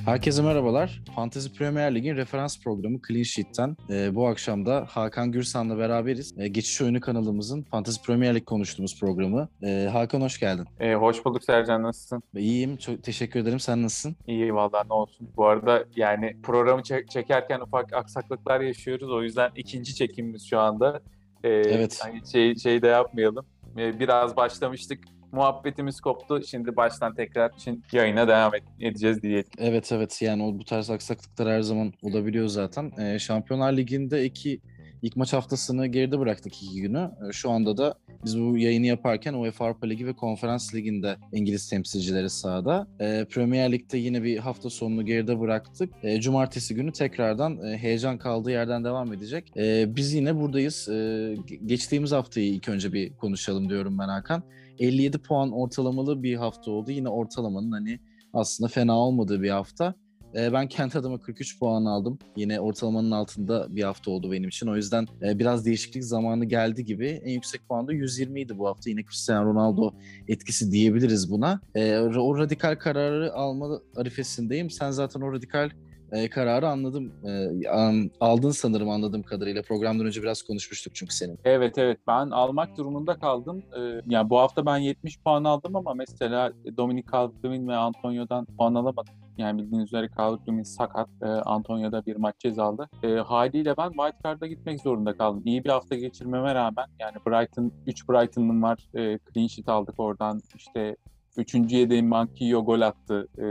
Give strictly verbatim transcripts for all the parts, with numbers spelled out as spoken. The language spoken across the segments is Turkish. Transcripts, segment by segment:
Herkese merhabalar. Fantasy Premier Lig'in referans programı Clean Sheet'ten e, bu akşam da Hakan Gürsan'la beraberiz. E, Geçiş Oyunu kanalımızın Fantasy Premier Lig konuştuğumuz programı. E, Hakan hoş geldin. E, hoş bulduk Sercan, nasılsın? İyiyim, çok teşekkür ederim. Sen nasılsın? İyi vallahi, ne olsun. Bu arada yani programı çek- çekerken ufak aksaklıklar yaşıyoruz. O yüzden ikinci çekimimiz şu anda. E, Evet. Hani şey, şey de yapmayalım. E, biraz başlamıştık. Muhabbetimiz koptu. Şimdi baştan tekrar için yayına devam et- edeceğiz diye. Evet evet yani o bu tarz aksaklıklar her zaman olabiliyor zaten. Ee, Şampiyonlar Ligi'nde iki ilk maç haftasını geride bıraktık iki günü. Ee, şu anda da biz bu yayını yaparken UEFA Avrupa Ligi ve Konferans Ligi'nde İngiliz temsilcileri sahada. Ee, Premier Lig'de yine bir hafta sonunu geride bıraktık. Ee, Cumartesi günü tekrardan e, heyecan kaldığı yerden devam edecek. Ee, biz yine buradayız. Ee, geçtiğimiz haftayı ilk önce bir konuşalım diyorum ben Hakan. elli yedi puan ortalamalı bir hafta oldu. Yine ortalamanın hani aslında fena olmadığı bir hafta. E, ben kendi adıma kırk üç puan aldım. Yine ortalamanın altında bir hafta oldu benim için. O yüzden e, biraz değişiklik zamanı geldi gibi. En yüksek puan da yüz yirmi idi bu hafta. Yine Cristiano Ronaldo etkisi diyebiliriz buna. E, o radikal kararı alma arifesindeyim. Sen zaten o radikal e, kararı anladım. E, aldın sanırım anladığım kadarıyla. Programdan önce biraz konuşmuştuk çünkü senin. Evet evet, ben almak durumunda kaldım. E, yani bu hafta ben yetmiş puan aldım ama mesela Dominic Calvert-Lewin ve Antonio'dan puan alamadım. Yani bildiğiniz üzere Calvert-Lewin sakat. E, Antonio'da bir maç cezalı. E, haliyle ben wildcard'a gitmek zorunda kaldım. İyi bir hafta geçirmeme rağmen yani Brighton, üç Brighton'ım var. E, clean sheet aldık oradan. İşte üçüncü yedeğim Manquillo gol attı. E,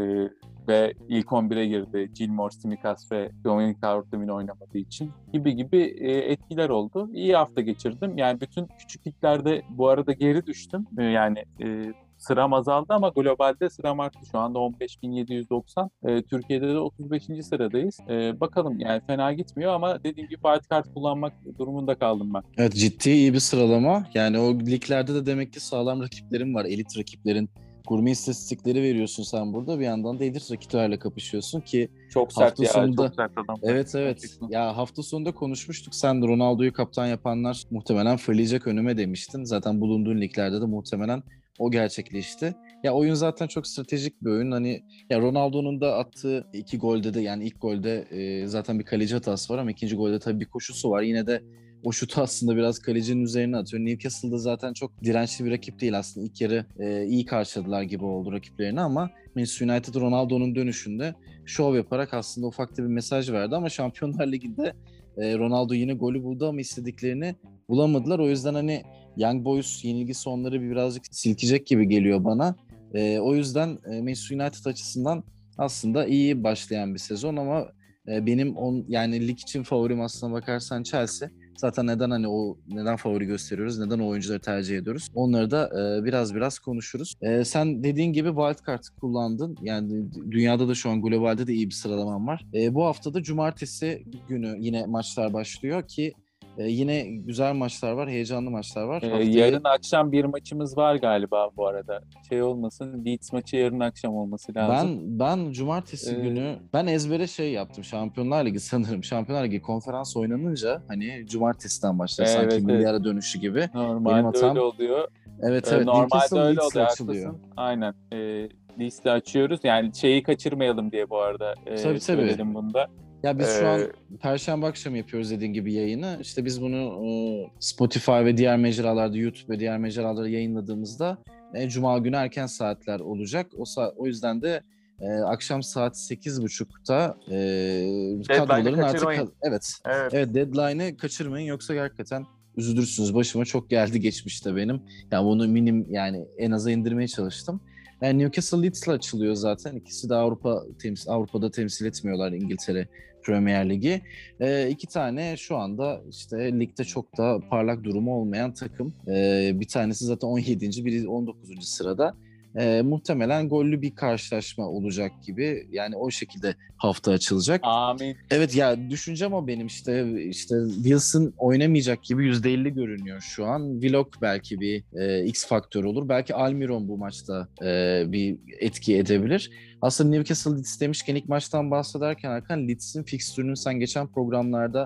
ve ilk on bire girdi. Gilmore, Tsimikas ve Dominic Calvert-Lewin oynamadığı için gibi gibi e, etkiler oldu. İyi hafta geçirdim. Yani bütün küçük liglerde bu arada geri düştüm. E, yani e, sıram azaldı ama globalde sıram arttı. Şu anda on beş bin yedi yüz doksan. E, Türkiye'de de otuz beşinci sıradayız. E, bakalım, yani fena gitmiyor ama dediğim gibi wildcard kullanmak durumunda kaldım ben. Evet, ciddi iyi bir sıralama. Yani o liglerde de demek ki sağlam rakiplerin var. Elit rakiplerin. Gurme istatistikleri veriyorsun sen burada. Bir yandan da elit rakiplerle kapışıyorsun ki Çok sert hafta ya, sonunda... çok sert adamlar. Evet evet. Gerçekten. Ya hafta sonunda konuşmuştuk. Sen de Ronaldo'yu kaptan yapanlar muhtemelen fırlayacak önüme demiştin. Zaten bulunduğun liglerde de muhtemelen o gerçekleşti. Ya oyun zaten çok stratejik bir oyun. Hani ya Ronaldo'nun da attığı iki golde de yani ilk golde e, zaten bir kaleci hatası var ama ikinci golde tabii bir koşusu var. Yine de o şutu aslında biraz kalecinin üzerine atıyor. Newcastle'da zaten çok dirençli bir rakip değil aslında. İlk yarı e, iyi karşıladılar gibi oldu rakiplerini ama Manchester United Ronaldo'nun dönüşünde şov yaparak aslında ufak da bir mesaj verdi ama Şampiyonlar Ligi'nde e, Ronaldo yine golü buldu ama istediklerini bulamadılar. O yüzden hani Young Boys yenilgisi onları bir birazcık silkecek gibi geliyor bana. E, o yüzden e, Manchester United açısından aslında iyi başlayan bir sezon ama e, benim on, yani lig için favorim aslına bakarsan Chelsea. Zaten neden hani o neden favori gösteriyoruz, neden o oyuncuları tercih ediyoruz? Onları da e, biraz biraz konuşuruz. E, sen dediğin gibi wildcard kullandın. Yani dünyada da şu an globalde de iyi bir sıralaman var. E, bu hafta da cumartesi günü yine maçlar başlıyor ki e, yine güzel maçlar var, heyecanlı maçlar var. Ee, Haftayı yarın akşam bir maçımız var galiba bu arada. Şey olmasın, Leeds maçı yarın akşam olması lazım. Ben ben cumartesi Ee, günü ben ezbere şey yaptım. Şampiyonlar Ligi sanırım. Şampiyonlar Ligi konferans oynanınca hani cumartesiden başlar sanki evet milli evet. ara dönüşü gibi. Benim Normalde öyle hatam. oluyor. Evet Ee, evet, normalde Newcastle öyle Leeds'le oluyor, açılıyor. haklısın. Aynen. Ee, Leeds'le açıyoruz. Yani şeyi kaçırmayalım diye bu arada Tabii ee, tabii. söyledim bunu da. Ya biz şu Ee, an Perşembe akşamı yapıyoruz dediğin gibi yayını. İşte biz bunu e, Spotify ve diğer mecralarda, YouTube ve diğer mecralarda yayınladığımızda e, Cuma günü erken saatler olacak. O sa- o yüzden de e, akşam saat sekiz buçukta e, Deadline'ı kadroların artık kaçırmayın. evet Evet. evet deadline'ı kaçırmayın yoksa gerçekten üzülürsünüz. Başıma çok geldi geçmişte benim. Yani bunu minim yani en aza indirmeye çalıştım. Yani Newcastle Leeds'le açılıyor zaten. İkisi de Avrupa temsil Avrupa'da temsil etmiyorlar İngiltere Premier Ligi. E, iki tane şu anda işte ligde çok da parlak durumu olmayan takım. E, bir tanesi zaten on yedinci biri on dokuzuncu sırada. E, muhtemelen gollü bir karşılaşma olacak gibi. Yani o şekilde hafta açılacak. Amin. Evet ya, düşüncem o benim işte işte Wilson oynamayacak gibi yüzde elli görünüyor şu an. Willock belki bir e, X faktör olur. Belki Almiron bu maçta e, bir etki edebilir. Aslında Newcastle Leeds demişken ilk maçtan bahsederken Hakan, Leeds'in fikstürünü sen geçen programlarda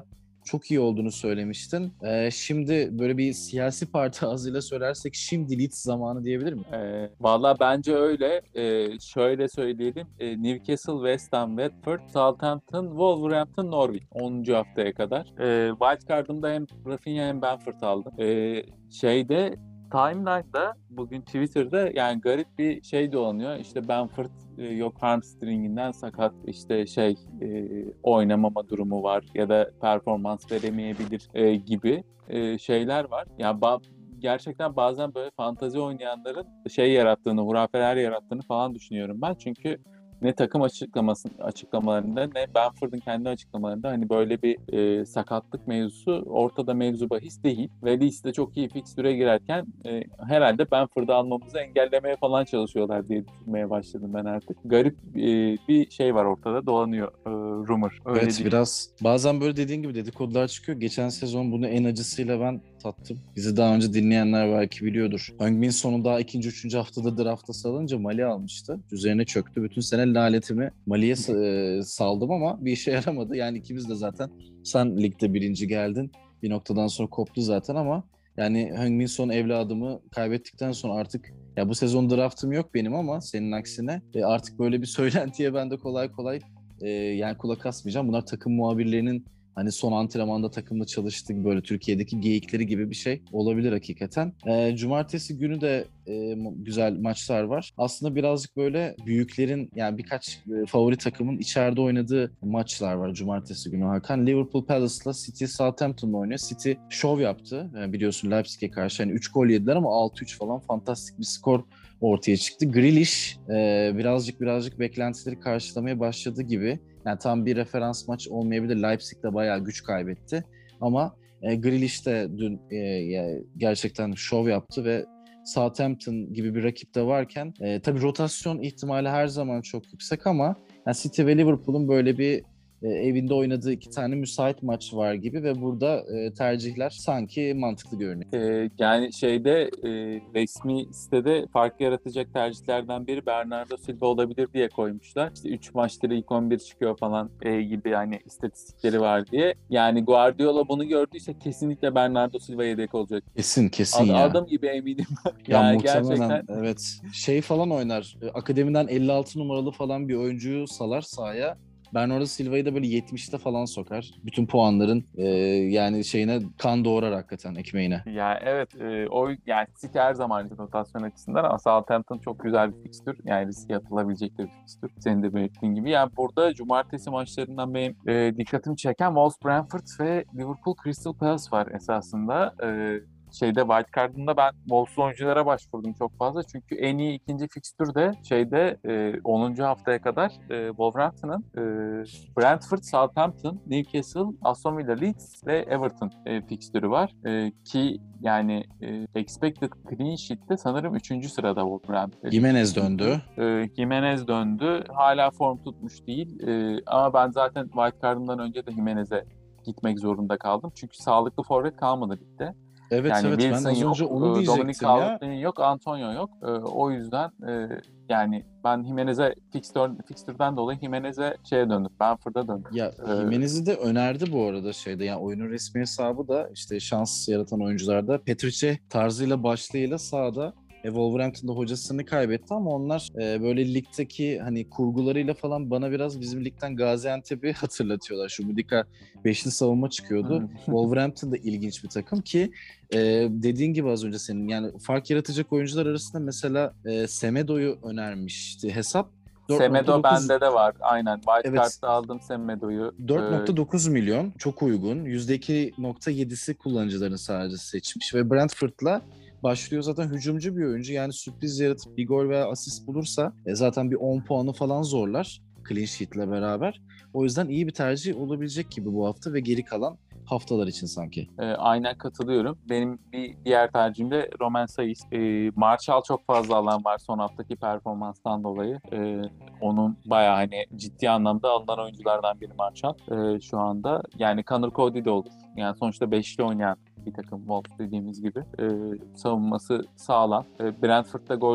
çok iyi olduğunu söylemiştin. Ee, şimdi böyle bir siyasi parti ağzıyla söylersek şimdi Leeds zamanı diyebilir miyim? Ee, valla bence öyle. Ee, şöyle söyleyelim. Ee, Newcastle, West Ham, Watford, Southampton, Wolverhampton, Norwich onuncu haftaya kadar. Ee, Wildcard'ımda hem Rafinha hem Bamford aldım. Ee, şeyde timeline'da bugün Twitter'da yani garip bir şey dolanıyor. İşte Bamford e, yok hamstringinden sakat, işte şey e, oynamama durumu var ya da performans veremeyebilir e, gibi e, şeyler var. Yani ba- gerçekten bazen böyle fantazi oynayanların şey yarattığını, hurafeler yarattığını falan düşünüyorum ben. Çünkü ne takım açıklaması açıklamalarında ne Bamford'un kendi açıklamalarında hani böyle bir e, sakatlık mevzusu ortada, mevzu bahis değil. Ve Leeds'de çok iyi fikstüre girerken e, herhalde Bamford'u almamızı engellemeye falan çalışıyorlar diye düşünmeye başladım ben artık. Garip e, bir şey var ortada, dolanıyor e, rumor. Öyle Evet, değil. biraz bazen böyle dediğin gibi dedikodular çıkıyor. Geçen sezon bunu en acısıyla ben tattım. Bizi daha önce dinleyenler belki biliyordur. Heung-min Son'u daha ikinci, üçüncü haftada drafta salınca Mali almıştı. Üzerine çöktü. Bütün sene lanetimi Mali'ye e, saldım ama bir işe yaramadı. Yani ikimiz de zaten sen ligde birinci geldin. Bir noktadan sonra koptu zaten ama yani Heung-min Son evladımı kaybettikten sonra artık ya bu sezon draftım yok benim ama senin aksine e, artık böyle bir söylentiye ben de kolay kolay Ee, yani kulak asmayacağım. Bunlar takım muhabirlerinin hani son antrenmanda takımla çalıştık böyle Türkiye'deki geyikleri gibi bir şey olabilir hakikaten. Ee, cumartesi günü de e, güzel maçlar var. Aslında birazcık böyle büyüklerin yani birkaç e, favori takımın içeride oynadığı maçlar var cumartesi günü Hakan. Liverpool Palace'la City Southampton'la oynuyor. City şov yaptı. Yani biliyorsun Leipzig'e karşı hani üç gol yediler ama altı üç falan fantastik bir skor ortaya çıktı. Grealish e, birazcık birazcık beklentileri karşılamaya başladı gibi. Yani tam bir referans maç olmayabilir. Leipzig de bayağı güç kaybetti. Ama e, Grealish de dün e, ya, gerçekten şov yaptı ve Southampton gibi bir rakip de varken e, tabii rotasyon ihtimali her zaman çok yüksek ama yani City ve Liverpool'un böyle bir e, evinde oynadığı iki tane müsait maç var gibi ve burada e, tercihler sanki mantıklı görünüyor. Ee, yani şeyde e, resmi sitede fark yaratacak tercihlerden biri Bernardo Silva olabilir diye koymuşlar. İşte üç maçtır ilk on bir çıkıyor falan e, gibi yani istatistikleri var diye. Yani Guardiola bunu gördüyse kesinlikle Bernardo Silva yedek olacak. Kesin kesin Ad, ya. adım gibi eminim. Ya Yani muhtemelen gerçekten evet. Şey falan oynar. e, Akademiden elli altı numaralı falan bir oyuncuyu salar sahaya. Bernardo Silva'yı da böyle yetmişte falan sokar. Bütün puanların e, yani şeyine kan doğurar hakikaten ekmeğine. ya evet e, o yani City her zaman için rotasyon açısından ama Southampton çok güzel bir fikstür. Yani riske atılabilecek de bir fikstür. Senin de belirttiğin gibi. Yani burada cumartesi maçlarından benim e, dikkatimi çeken Wolves Brentford ve Liverpool Crystal Palace var esasında. E, şeyde wildcard'ımda ben Wolves'lu oyunculara başvurdum çok fazla. Çünkü en iyi ikinci fikstür de şeyde e, onuncu haftaya kadar e, Wolverhampton'ın e, Brentford, Southampton, Newcastle, Aston Villa, Leeds ve Everton e, fikstürü var. E, ki yani e, expected clean sheet'te sanırım üçüncü sırada Wolverhampton. Jimenez Çünkü döndü. e, Jimenez döndü. Hala form tutmuş değil. E, ama ben zaten wildcard'ımdan önce de Jimenez'e gitmek zorunda kaldım. Çünkü sağlıklı forvet kalmadı ligde. Evet Yani evet ben Wilson az yok, önce onu e, Dominic diyecektim ya. Calvert-Lewin yok, Antonio yok. E, o yüzden e, yani ben Jimenez'e fixtür, fixtürden dolayı Jimenez'e şeye döndüm. Bamford'a döndüm. Ya E, Jimenez'i de önerdi bu arada şeyde. Yani oyunun resmi hesabı da işte şans yaratan oyuncularda Petrice tarzıyla başlığıyla sahada e, Wolverhampton'da hocasını kaybetti ama onlar e, böyle ligdeki hani kurgularıyla falan bana biraz bizim ligden Gaziantep'i hatırlatıyorlar. Şu Mudika beşli savunma çıkıyordu. Wolverhampton da ilginç bir takım ki e, dediğin gibi az önce senin yani fark yaratacak oyuncular arasında mesela e, Semedo'yu önermişti hesap. dört nokta Semedo dokuz bende de var. Aynen. Evet, Wildcard'da aldım Semedo'yu. dört E, nokta dokuz milyon çok uygun. yüzde iki nokta yedisi kullanıcıların sadece seçmiş ve Brentford'la başlıyor zaten hücumcu bir oyuncu. Yani sürpriz yaratıp bir gol veya asist bulursa e, zaten bir on puanı falan zorlar clean sheet'le beraber. O yüzden iyi bir tercih olabilecek gibi bu hafta ve geri kalan haftalar için sanki. E, aynen katılıyorum. Benim bir diğer tercihim de Romain Saiz. E, Martial çok fazla alan var son haftaki performanstan dolayı. E, onun bayağı hani ciddi anlamda alınan oyunculardan biri Martial e, şu anda. Yani Conor Cody de olur. Yani sonuçta beşli oynayan bir takım Wolves dediğimiz gibi. E, savunması sağlam. E, Brentford'da gol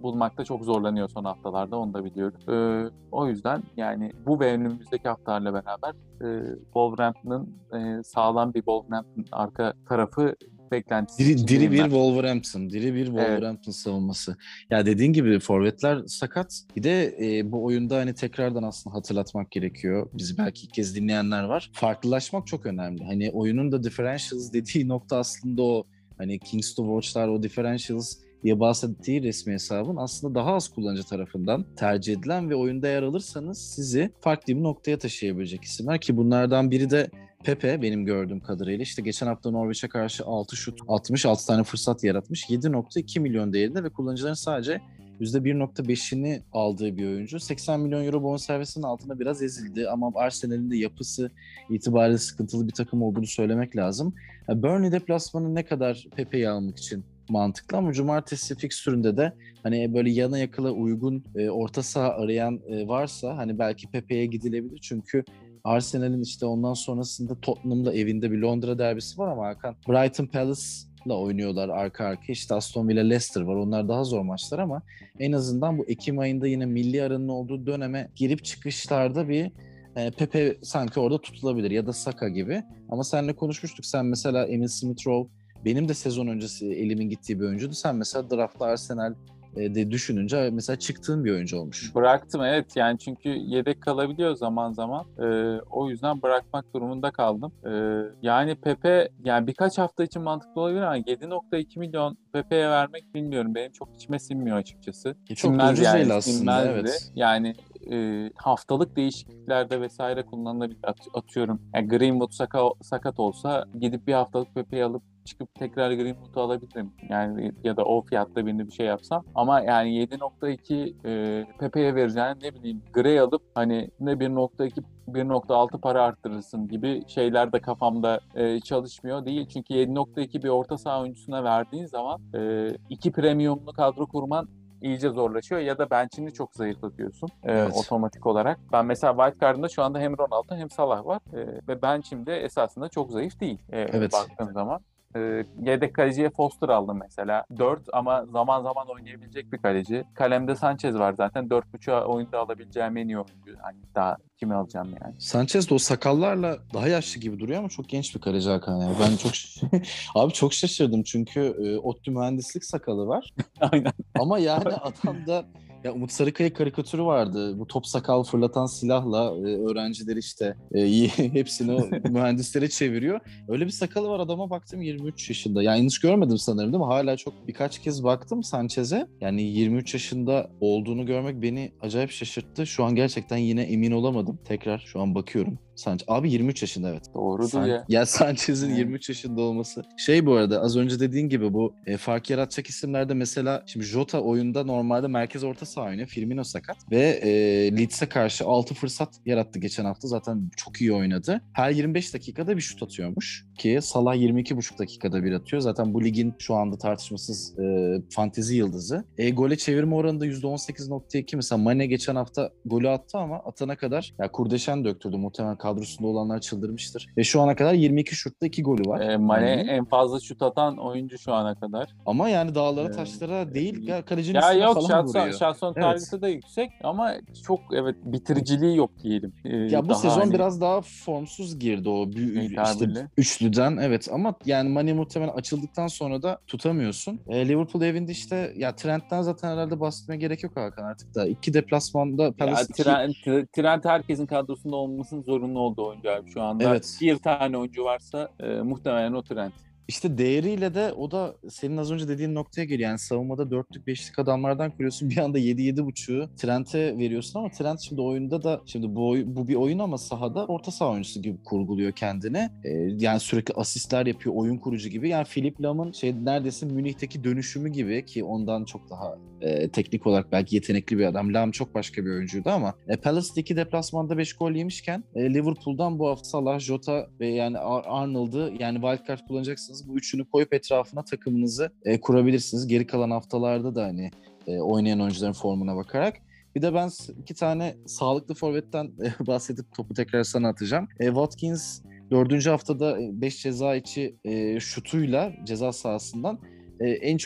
bulmakta çok zorlanıyor son haftalarda, onu da biliyorum. Ee, o yüzden yani bu ve önümüzdeki haftalarla beraber e, Wolverhampton'ın e, sağlam bir Wolverhampton arka tarafı beklentisi Diri, diri içindeyim bir ben. Wolverhampton, diri bir Evet. Wolverhampton savunması. Ya dediğin gibi forvetler sakat. Bir de e, bu oyunda hani tekrardan aslında hatırlatmak gerekiyor. Bizi belki ilk kez dinleyenler var. Farklılaşmak çok önemli. Hani oyunun da differentials dediği nokta aslında o. Hani Kings to Watch'lar o differentials diye bahsettiği resmi hesabın aslında daha az kullanıcı tarafından tercih edilen ve oyunda yer alırsanız sizi farklı bir noktaya taşıyabilecek isimler ki bunlardan biri de Pepe benim gördüğüm kadarıyla. İşte geçen hafta Norwich'e karşı altı şut atmış, altı tane fırsat yaratmış. yedi nokta iki milyon değerinde ve kullanıcıların sadece yüzde bir nokta beşini aldığı bir oyuncu. seksen milyon euro bonservisinin altında biraz ezildi ama Arsenal'in de yapısı itibariyle sıkıntılı bir takım olduğunu söylemek lazım. Yani Burnley deplasmanı ne kadar Pepe'yi almak için mantıklı ama cumartesi fikstüründe de hani böyle yana yakıla uygun e, orta saha arayan e, varsa hani belki Pepe'ye gidilebilir. Çünkü Arsenal'in işte ondan sonrasında Tottenham'la evinde bir Londra derbisi var ama Hakan Brighton Palace'la oynuyorlar arka arka. İşte Aston Villa Leicester var. Onlar daha zor maçlar ama en azından bu Ekim ayında yine milli aranın olduğu döneme girip çıkışlarda bir e, Pepe sanki orada tutulabilir ya da Saka gibi. Ama seninle konuşmuştuk. Sen mesela Emil Smith-Rowe benim de sezon öncesi elimin gittiği bir oyuncuydu. Sen mesela draft'ta Arsenal e, de düşününce mesela çıktığın bir oyuncu olmuş. Bıraktım, evet, yani çünkü yedek kalabiliyor zaman zaman. Ee, o yüzden bırakmak durumunda kaldım. Ee, yani Pepe, yani birkaç hafta için mantıklı olabilir ama yedi nokta iki milyon Pepe'ye vermek bilmiyorum. Benim çok içime sinmiyor açıkçası. E, çok da Sinmez ucuz yani, değil aslında, sinmezdi. evet. Yani e, haftalık değişikliklerde vesaire kullanılabilir. At- atıyorum. Yani Greenwood saka, sakat olsa gidip bir haftalık Pepe'yi alıp çıkıp tekrar Greenwood'u alabilirim. Yani ya da o fiyatta birini bir şey yapsam. Ama yani yedi nokta iki e, Pepe'ye vereceğine ne bileyim Gray alıp hani ne bir nokta iki bir nokta altı para arttırırsın gibi şeyler de kafamda e, çalışmıyor değil. Çünkü yedi nokta iki bir orta saha oyuncusuna verdiğin zaman e, iki premiumlu kadro kurman iyice zorlaşıyor ya da bench'ini çok zayıflatıyorsun e, Evet. otomatik olarak. Ben mesela wildcard'ımda şu anda hem Ronaldo hem Salah var e, ve bench'im de esasında çok zayıf değil e, Evet. baktığım zaman. E, yedek kaleciye Foster aldım mesela. dört ama zaman zaman oynayabilecek bir kaleci. Kalemde Sanchez var zaten. dört buçuğa oyunda alabileceğim en iyi oyuncu. Hani daha kimi alacağım yani. Sanchez de o sakallarla daha yaşlı gibi duruyor ama çok genç bir kaleci Hakan ya. Ben çok abi çok şaşırdım çünkü e, ODTÜ mühendislik sakalı var. Aynen. Ama yani adamda ya Umut Sarıkaya karikatürü vardı. Bu top sakal fırlatan silahla e, öğrencileri işte e, hepsini o mühendislere çeviriyor. Öyle bir sakalı var adama baktım yirmi üç yaşında. Yani yanlış görmedim sanırım değil mi? Hala çok birkaç kez baktım Sanchez'e. Yani yirmi üç yaşında olduğunu görmek beni acayip şaşırttı. Şu an gerçekten yine emin olamadım. Tekrar şu an bakıyorum. Sanchez. Abi yirmi üç yaşında, evet. Doğrudur San ya. ya Sanchez'in Evet. yirmi üç yaşında olması. Şey bu arada az önce dediğin gibi bu e, fark yaratacak isimlerde mesela şimdi Jota oyunda normalde merkez orta saha oynuyor. Firmino sakat ve e, Leeds'e karşı altı fırsat yarattı geçen hafta. Zaten çok iyi oynadı. Her yirmi beş dakikada bir şut atıyormuş ki Salah yirmi iki buçuk dakikada bir atıyor. Zaten bu ligin şu anda tartışmasız e, fantezi yıldızı. E, gole çevirme oranı da yüzde on sekiz nokta iki. Mesela Mane geçen hafta golü attı ama atana kadar ya kurdeşen döktürdü. Muhtemelen kadrosunda olanlar çıldırmıştır. Ve şu ana kadar yirmi iki şutta iki golü var. E, Mane Mane'nin. en fazla şut atan oyuncu şu ana kadar. Ama yani dağlara E, taşlara değil ya kalecinin Ya üstüne yok, falan Şahson, vuruyor. Şahson Evet. targeti de yüksek ama çok, evet, bitiriciliği yok diyelim. E, Ya bu daha sezon hani biraz daha formsuz girdi o bü- işte tabirle. üçlüden, evet, ama yani Mane muhtemelen açıldıktan sonra da tutamıyorsun. E, Liverpool evinde işte ya Trent'ten zaten herhalde bahsetmeye gerek yok Hakan artık da. İki deplasmanda Palace Ya iki, Trent, Trent herkesin kadrosunda olmasının zorunlu olduğu oyuncu abi şu anda. evet. Bir tane oyuncu varsa e, muhtemelen o Trent. İşte değeriyle de o da senin az önce dediğin noktaya geliyor. Yani savunmada dörtlük beşlik adamlardan kuruyorsun. Bir anda yedi yedi buçuğu Trent'e veriyorsun ama Trent şimdi oyunda da şimdi bu, oy- bu bir oyun ama sahada orta saha oyuncusu gibi kurguluyor kendini. Ee, yani sürekli asistler yapıyor, oyun kurucu gibi. Yani Philipp Lahm'ın şey neredeyse Münih'teki dönüşümü gibi ki ondan çok daha e, teknik olarak belki yetenekli bir adam. Lahm çok başka bir oyuncuydu ama e, Palace'daki deplasmanda beş gol yemişken e, Liverpool'dan bu hafta Salah, Jota ve yani Ar- Arnold'ı yani wildcard kullanacaksınız. Bu üçünü koyup etrafına takımınızı e, kurabilirsiniz. Geri kalan haftalarda da hani e, oynayan oyuncuların formuna bakarak. Bir de ben iki tane sağlıklı forvetten e, bahsedip topu tekrar sana atacağım. E, Watkins dördüncü haftada beş ceza içi e, şutuyla ceza sahasından e, en çok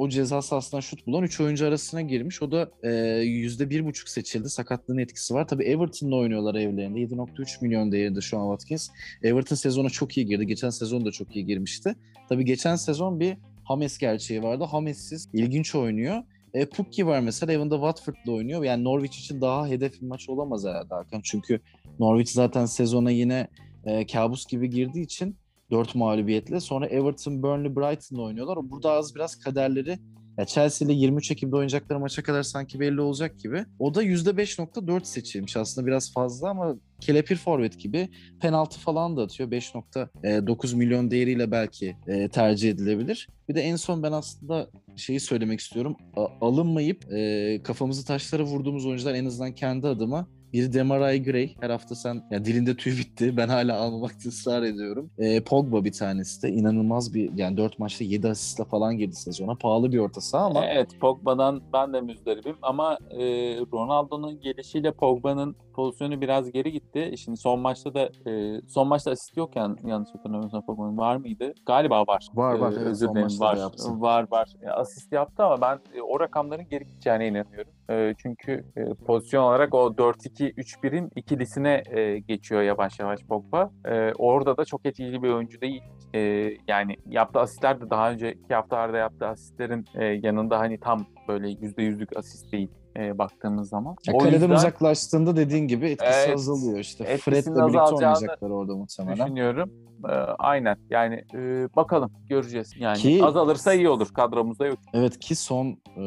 o ceza sahasından şut bulan üç oyuncu arasına girmiş. O da e, yüzde bir buçuk seçildi. Sakatlığın etkisi var. Tabii Everton'la oynuyorlar evlerinde. yedi nokta üç milyon değerinde şu an Watkins. Everton sezona çok iyi girdi. Geçen sezon da çok iyi girmişti. Tabii geçen sezon bir James gerçeği vardı. James'siz ilginç oynuyor. E, Pukki var mesela, evinde Watford'la oynuyor. Yani Norwich için daha hedef bir maç olamaz herhalde Hakan. Çünkü Norwich zaten sezona yine e, kabus gibi girdiği için dört mağlubiyetle. Sonra Everton, Burnley, Brighton'la oynuyorlar. Burada az biraz kaderleri, ya Chelsea ile yirmi üç Ekim'de oynayacakları maça kadar sanki belli olacak gibi. O da yüzde beş nokta dört seçilmiş. Aslında biraz fazla ama kelepir forvet gibi, penaltı falan da atıyor. beş nokta dokuz milyon değeriyle belki e, tercih edilebilir. Bir de en son ben aslında şeyi söylemek istiyorum. A- alınmayıp e, kafamızı taşlara vurduğumuz oyuncular, en azından kendi adıma. Biri Demarai Gray. Her hafta sen, ya dilinde tüy bitti. Ben hala almamakta ısrar ediyorum. E, Pogba bir tanesi de. İnanılmaz bir, yani dört maçta yedi asistle falan girdi sezona. Pahalı bir orta saha ama. Evet, Pogba'dan ben de müzdaribim ama e, Ronaldo'nun gelişiyle Pogba'nın pozisyonu biraz geri gitti. Şimdi son maçta da e, son maçta asist yok, yani yanlış hatırlamıyorsam Pogba'nın var mıydı? Galiba var. Var var, E, evet, özür son dilerim, maçta var. da yaptı. Var var. E, asist yaptı ama ben e, o rakamların geri gideceğine inanıyorum. E, çünkü e, pozisyon olarak o dört iki üç birin ikilisine e, geçiyor yavaş yavaş Pogba. E, orada da çok etkili bir oyuncu değil. E, yani yaptığı asistler de daha önceki haftalarda yaptığı asistlerin e, yanında hani tam böyle yüzde yüzlük asist değil e, baktığımız zaman. Ya O kaleden yüzden uzaklaştığında dediğin gibi etkisi evet, azalıyor. İşte etkisinin Fred'le birlikte azalacağını oynayacaklar orada muhtemelen. düşünüyorum. E, aynen yani e, bakalım, göreceğiz. Yani Ki azalırsa iyi olur, kadromuzda yok. evet, ki son e,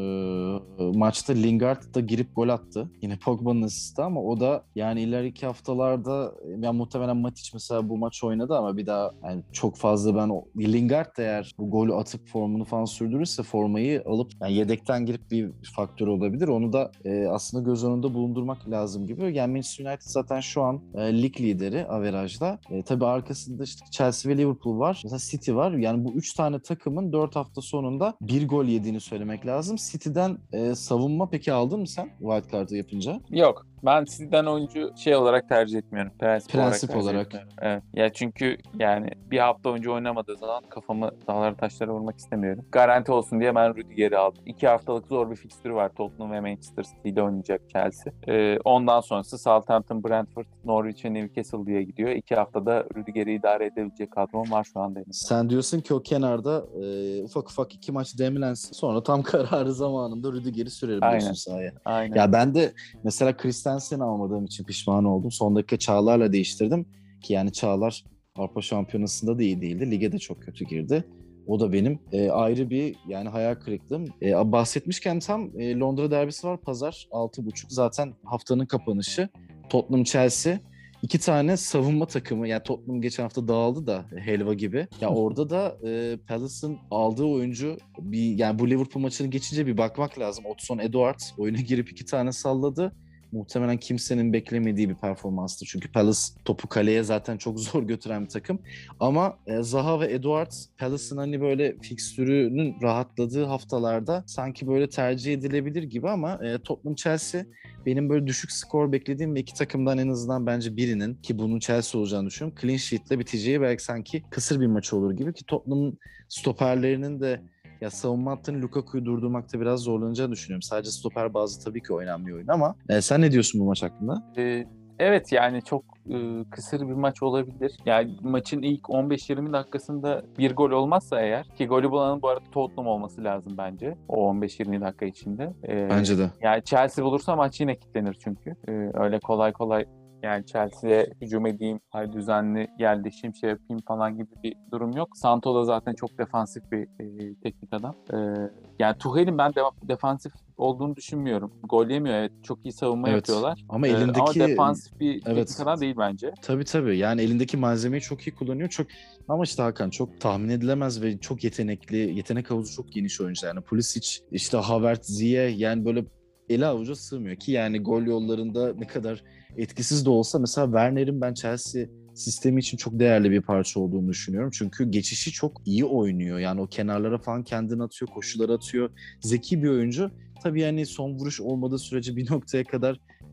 maçta Lingard da girip gol attı. Yine Pogba'nın asisti ama o da yani ileriki haftalarda, yani muhtemelen Matic mesela bu maç oynadı ama bir daha yani çok fazla ben o, Lingard da eğer bu golü atıp formunu falan sürdürürse formayı alıp yani yedekten girip bir faktör olabilir. Onu da e, aslında göz önünde bulundurmak lazım gibi. Yani Manchester United zaten şu an e, lig lideri averajda. E, tabii arkasında işte Chelsea ve Liverpool var. Mesela City var. Yani bu üç tane takımın dört hafta sonunda bir gol yediğini söylemek lazım. City'den e, savunma peki aldın mı sen wildcard'ı yapınca? Yok. Ben sizden oyuncu şey olarak tercih etmiyorum. Prensip, olarak Prensip tercih olarak. etmiyorum. Evet. Ya çünkü yani bir hafta önce oynamadığı zaman kafamı dağlara taşlara vurmak istemiyorum. Garanti olsun diye ben Rüdiger'i aldım. İki haftalık zor bir fikstürü var. Tottenham ve Manchester City ile oynayacak Chelsea. Ee, ondan sonrası Southampton, Brentford, Norwich ve Newcastle diye gidiyor. İki haftada Rüdiger'i idare edebilecek kadrom var şu anda elimde. Sen diyorsun ki o kenarda e, ufak ufak iki maç demlensin. Sonra tam kararı zamanında Rüdiger'i sürerim diyorsun Aynen. sahaya. Aynen. Ya ben de mesela Christensen'i almadığım için pişman oldum. Son dakika Çağlar'la değiştirdim. Ki yani Çağlar Avrupa Şampiyonası'nda da iyi değildi. Lige de çok kötü girdi. O da benim e, ayrı bir yani hayal kırıklığım. E, bahsetmişken tam e, Londra derbisi var pazar altı buçuk. Zaten haftanın kapanışı. Tottenham Chelsea. İki tane savunma takımı, yani Tottenham geçen hafta dağıldı da helva gibi. Ya orada da e, Palace'ın aldığı oyuncu, bir yani bu Liverpool maçını geçince bir bakmak lazım. Odson Edouard oyuna girip iki tane salladı. Muhtemelen kimsenin beklemediği bir performanstı. Çünkü Palace topu kaleye zaten çok zor götüren bir takım. Ama e, Zaha ve Edouard, Palace'ın hani böyle fikstürünün rahatladığı haftalarda sanki böyle tercih edilebilir gibi ama e, Tottenham Chelsea benim böyle düşük skor beklediğim ve iki takımdan en azından bence birinin, ki bunun Chelsea olacağını düşünüyorum, clean sheet'le biteceği belki sanki kısır bir maç olur gibi, ki Tottenham'ın stoperlerinin de ya savunma hattını Lukaku'yu durdurmakta biraz zorlanacağını düşünüyorum. Sadece stoper bazlı tabii ki oynanmıyor oyun ama e, sen ne diyorsun bu maç hakkında? Ee, evet yani çok e, kısır bir maç olabilir. Yani maçın ilk on beş yirmi dakikasında bir gol olmazsa eğer, ki golü bulanın bu arada Tottenham olması lazım bence o on beş yirmi dakika içinde. Ee, Bence de. Yani Chelsea bulursa maç yine kilitlenir çünkü. Ee, öyle kolay kolay yani Chelsea'ye hücum edeyim, hay düzenli yerleşeyim, şey yapayım falan gibi bir durum yok. Santo da zaten çok defansif bir e, teknik adam. E, yani Tuchel'in ben de, defansif olduğunu düşünmüyorum. Gol yemiyor, evet, çok iyi savunma Evet. yapıyorlar. Ama E, elindeki ama defansif bir evet. teknik adam değil bence. Tabii tabii. Yani elindeki malzemeyi çok iyi kullanıyor. Çok ama işte Hakan çok tahmin edilemez ve çok yetenekli, yetenek havuzu çok geniş oyuncu. Yani Pulisic, işte Havertz, Ziyech, yani böyle eli avuca sığmıyor ki yani gol yollarında ne kadar etkisiz de olsa mesela Werner'in ben Chelsea sistemi için çok değerli bir parça olduğunu düşünüyorum. Çünkü geçişi çok iyi oynuyor. Yani o kenarlara falan kendini atıyor, koşuları atıyor. Zeki bir oyuncu. Tabii yani son vuruş olmadığı sürece bir noktaya kadar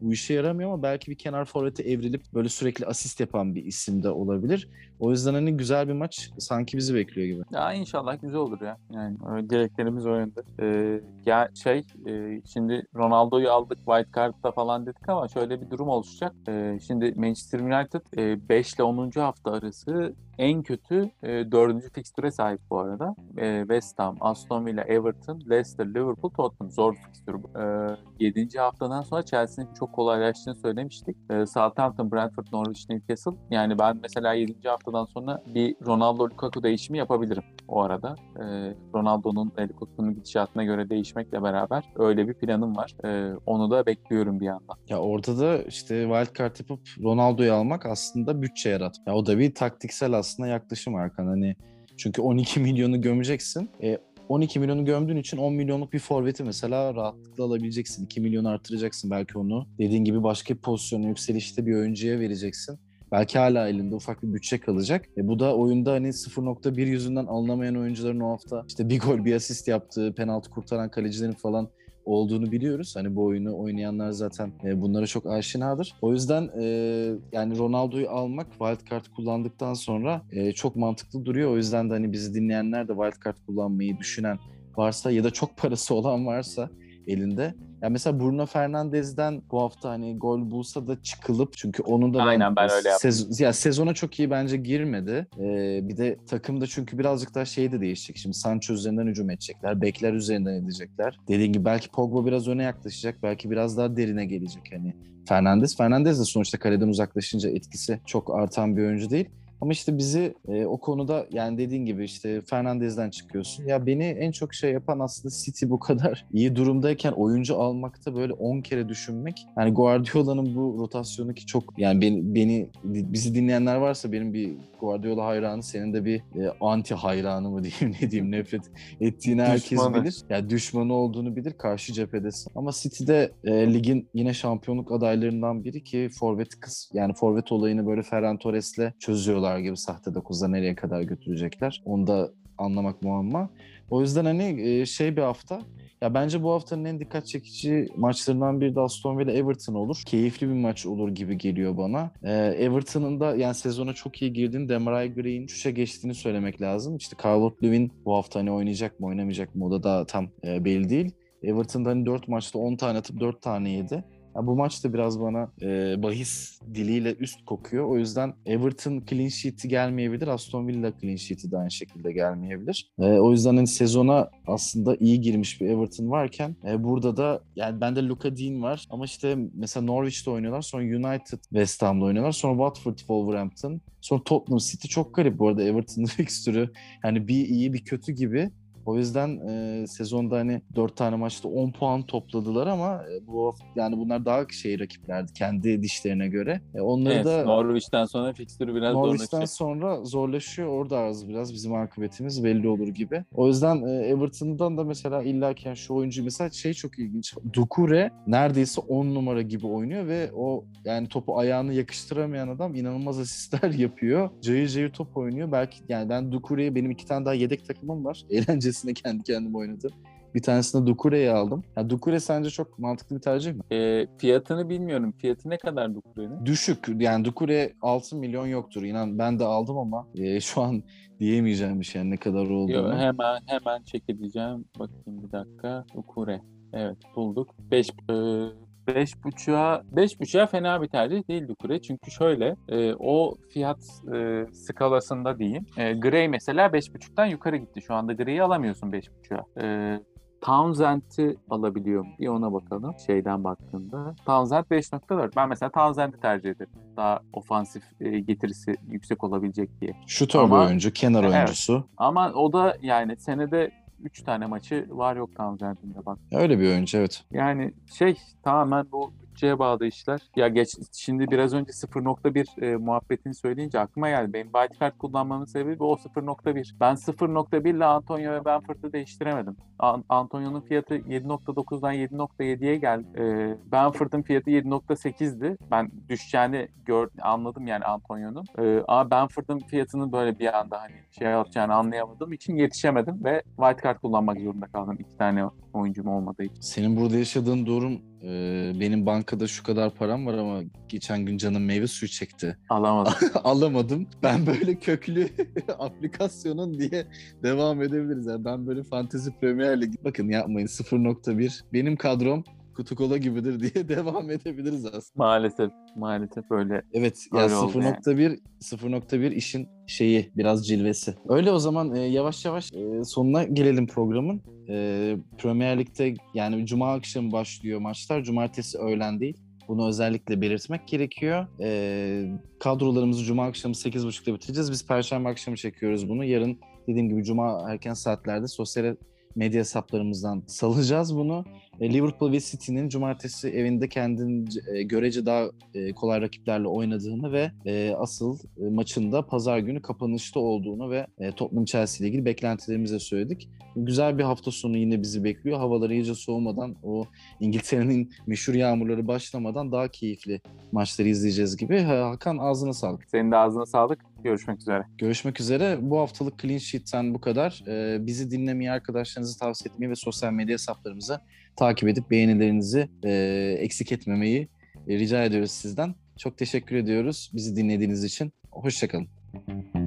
bu işe yaramıyor ama belki bir kenar forvete evrilip böyle sürekli asist yapan bir isim de olabilir. O yüzden hani güzel bir maç sanki bizi bekliyor gibi. Ya inşallah güzel olur ya. Yani öyle dileklerimiz o yönde. Ee, ya şey e, şimdi Ronaldo'yu aldık White Card'da falan dedik ama şöyle bir durum oluşacak. Ee, şimdi Manchester United e, beş ile onuncu hafta arası en kötü e, dördüncü fikstüre sahip bu arada. E, West Ham, Aston Villa, Everton, Leicester, Liverpool, Tottenham. Zor fikstür bu. E, yedinci haftadan sonra Chelsea'nin çok kolaylaştığını söylemiştik. E, Southampton, Brentford, Norwich, Newcastle. Yani ben mesela yedinci haftadan sonra bir Ronaldo-Lukaku değişimi yapabilirim o arada. E, Ronaldo'nun Lukaku'nun gidişatına göre değişmekle beraber öyle bir planım var. E, onu da bekliyorum bir yandan. Ya orada da işte wild card yapıp Ronaldo'yu almak aslında bütçe yarat. Ya o da bir taktiksel aslında yaklaşım Erkan. Hani çünkü on iki milyonu gömeceksin. E, on iki milyonu gömdüğün için on milyonluk bir forveti mesela rahatlıkla alabileceksin. iki milyonu artıracaksın belki onu. Dediğin gibi başka bir pozisyonu yükselişte bir oyuncuya vereceksin. Belki hala elinde ufak bir bütçe kalacak. E bu da oyunda hani sıfır nokta bir yüzünden alınamayan oyuncuların o hafta işte bir gol bir asist yaptığı, penaltı kurtaran kalecilerin falan olduğunu biliyoruz. Hani bu oyunu oynayanlar zaten e, bunlara çok aşinadır. O yüzden e, yani Ronaldo'yu almak wildcard kullandıktan sonra e, çok mantıklı duruyor. O yüzden de hani bizi dinleyenler de wildcard kullanmayı düşünen varsa ya da çok parası olan varsa elinde. Ya mesela Bruno Fernandes'den bu hafta hani gol bulsa da çıkılıp çünkü onun da ben, Aynen ben öyle yaptım. sez- ya sezona çok iyi bence girmedi. Ee, bir de takımda çünkü birazcık daha şey de değişecek. Şimdi Sancho üzerinden hücum edecekler. Bekler üzerinden edecekler. Dediğin gibi belki Pogba biraz öne yaklaşacak. Belki biraz daha derine gelecek hani Fernandes. Fernandes de sonuçta kaleden uzaklaşınca etkisi çok artan bir oyuncu değil. Ama işte bizi e, o konuda yani dediğin gibi işte Fernandes'den çıkıyorsun. Ya beni en çok şey yapan aslında City bu kadar iyi durumdayken oyuncu almakta böyle on kere düşünmek. Yani Guardiola'nın bu rotasyonu ki çok yani beni, beni bizi dinleyenler varsa benim bir Guardiola hayranı senin de bir e, anti hayranı mı diyeyim ne diyeyim nefret ettiğini herkes Düşmanı. bilir. Yani düşmanı olduğunu bilir karşı cephedesin. Ama City'de e, ligin yine şampiyonluk adaylarından biri ki forvet kız yani forvet olayını böyle Ferran Torres'le çözüyorlar gibi sahte dokuzda nereye kadar götürecekler. Onu da anlamak muamma. O yüzden hani şey bir hafta. Ya bence bu haftanın en dikkat çekici maçlarından biri de Aston Villa Everton olur. Keyifli bir maç olur gibi geliyor bana. Ee, Everton'ın da yani sezona çok iyi girdiğini, Demarai Gray'in düşüşe geçtiğini söylemek lazım. İşte Calvert-Lewin bu hafta hani oynayacak mı oynamayacak mı o da daha tam e, belli değil. Everton'da hani dört maçta on tane atıp dört tane yedi. Ya bu maç da biraz bana e, bahis diliyle üst kokuyor. O yüzden Everton clean sheet'i gelmeyebilir. Aston Villa clean sheet'i de aynı şekilde gelmeyebilir. E, o yüzden hani sezona aslında iyi girmiş bir Everton varken e, burada da yani bende Luka Dean var. Ama işte mesela Norwich'te oynuyorlar. Sonra United West Ham'da oynuyorlar. Sonra Watford Wolverhampton. Sonra Tottenham City. Çok garip bu arada Everton'ın fikstürü. Yani bir iyi bir kötü gibi. O yüzden e, sezonda hani dört tane maçta on puan topladılar ama e, bu yani bunlar daha şey rakiplerdi kendi dişlerine göre. E, onları Evet, da Norwich'ten sonra fikstürü biraz Norwich'ten zorlaşacak. sonra zorlaşıyor. Orada az biraz bizim akıbetimiz belli olur gibi. O yüzden e, Everton'dan da mesela illaki şu oyuncu mesela şey çok ilginç. Doucouré neredeyse on numara gibi oynuyor ve o yani topu ayağını yakıştıramayan adam inanılmaz asistler yapıyor. Cayır cayır top oynuyor. Belki yani ben Doucouré'ye benim iki tane daha yedek takımım var. Eğlencesine kendi kendime oynadım. Bir tanesini Doucouré'ye aldım. Ya Doucouré sence çok mantıklı bir tercih mi? E, fiyatını bilmiyorum. Fiyatı ne kadar Doucouré'nin? Düşük. Yani Doucouré altı milyon yoktur. İnan ben de aldım ama e, şu an diyemeyeceğim bir şey ne kadar Yo, olduğunu. hemen hemen check edeceğim. Bakayım bir dakika. Doucouré. Evet bulduk. beş e, beş buçuğa beş buçuğa fena bir tercih değil Doucouré. Çünkü şöyle e, o fiyat e, skalasında diyeyim. E, Gray mesela beş buçuktan yukarı gitti. Şu anda Gray'i alamıyorsun beş buçuğa. E, Townsend'i alabiliyor mu? Bir ona bakalım şeyden baktığında. Townsend beş nokta dört. Ben mesela Townsend'i tercih ederim. Daha ofansif e, getirisi yüksek olabilecek diye. Şutör bir Ama oyuncu, kenar evet. oyuncusu. Ama o da yani senede üç tane maçı var yok Townsend'in de bak. Öyle bir oyuncu evet. Yani şey tamamen bu bütçeye bağlı işler. Ya geç şimdi biraz önce sıfır nokta bir e, muhabbetini söyleyince aklıma geldi. Benim wildcard kullanmamın sebebi o sıfır nokta bir. Ben sıfır nokta bir ile Antonio ve Benford'u değiştiremedim. An- Antonio'nun fiyatı yedi nokta dokuzdan yedi nokta yediye geldi. E, Benford'un fiyatı yedi nokta sekizdi. Ben düşeceğini gör, anladım yani Antonio'nun. E, ama Benford'un fiyatının böyle bir anda hani şey yapacağını anlayamadığım için yetişemedim ve wildcard kullanmak zorunda kaldım iki tane oyuncum olmadığı için. Senin burada yaşadığın durum e, benim bankada şu kadar param var ama geçen gün canım meyve suyu çekti. Alamadım. Alamadım. Ben böyle köklü aplikasyonun diye devam edebiliriz. Yani ben böyle Fantasy Premier Lig bakın yapmayın sıfır nokta bir benim kadrom kutu kola gibidir diye devam edebiliriz aslında. Maalesef. Maalesef öyle. Evet ya Öyle oldu sıfır nokta bir sıfır nokta bir işin şeyi biraz cilvesi. Öyle o zaman e, yavaş yavaş e, sonuna gelelim programın. E, Premier Lig'de yani cuma akşamı başlıyor maçlar. Cumartesi öğlen değil. Bunu özellikle belirtmek gerekiyor. E, kadrolarımızı cuma akşamı sekiz buçukta bitireceğiz. Biz perşembe akşamı çekiyoruz bunu. Yarın dediğim gibi cuma erken saatlerde sosyal medya hesaplarımızdan salacağız bunu. E, Liverpool ve City'nin cumartesi evinde kendince e, görece daha e, kolay rakiplerle oynadığını ve e, asıl e, maçında pazar günü kapanışta olduğunu ve e, Tottenham Chelsea ile ilgili beklentilerimizi de söyledik. Güzel bir hafta sonu yine bizi bekliyor. Havalar iyice soğumadan, o İngiltere'nin meşhur yağmurları başlamadan daha keyifli maçları izleyeceğiz gibi. Hakan ağzına sağlık. Senin de ağzına sağlık. Görüşmek üzere. Görüşmek üzere. Bu haftalık Clean Sheet'ten bu kadar. Ee, bizi dinlemeyi, arkadaşlarınızı tavsiye etmeyi ve sosyal medya hesaplarımızı takip edip beğenilerinizi e, eksik etmemeyi e, rica ediyoruz sizden. Çok teşekkür ediyoruz bizi dinlediğiniz için. Hoşça kalın.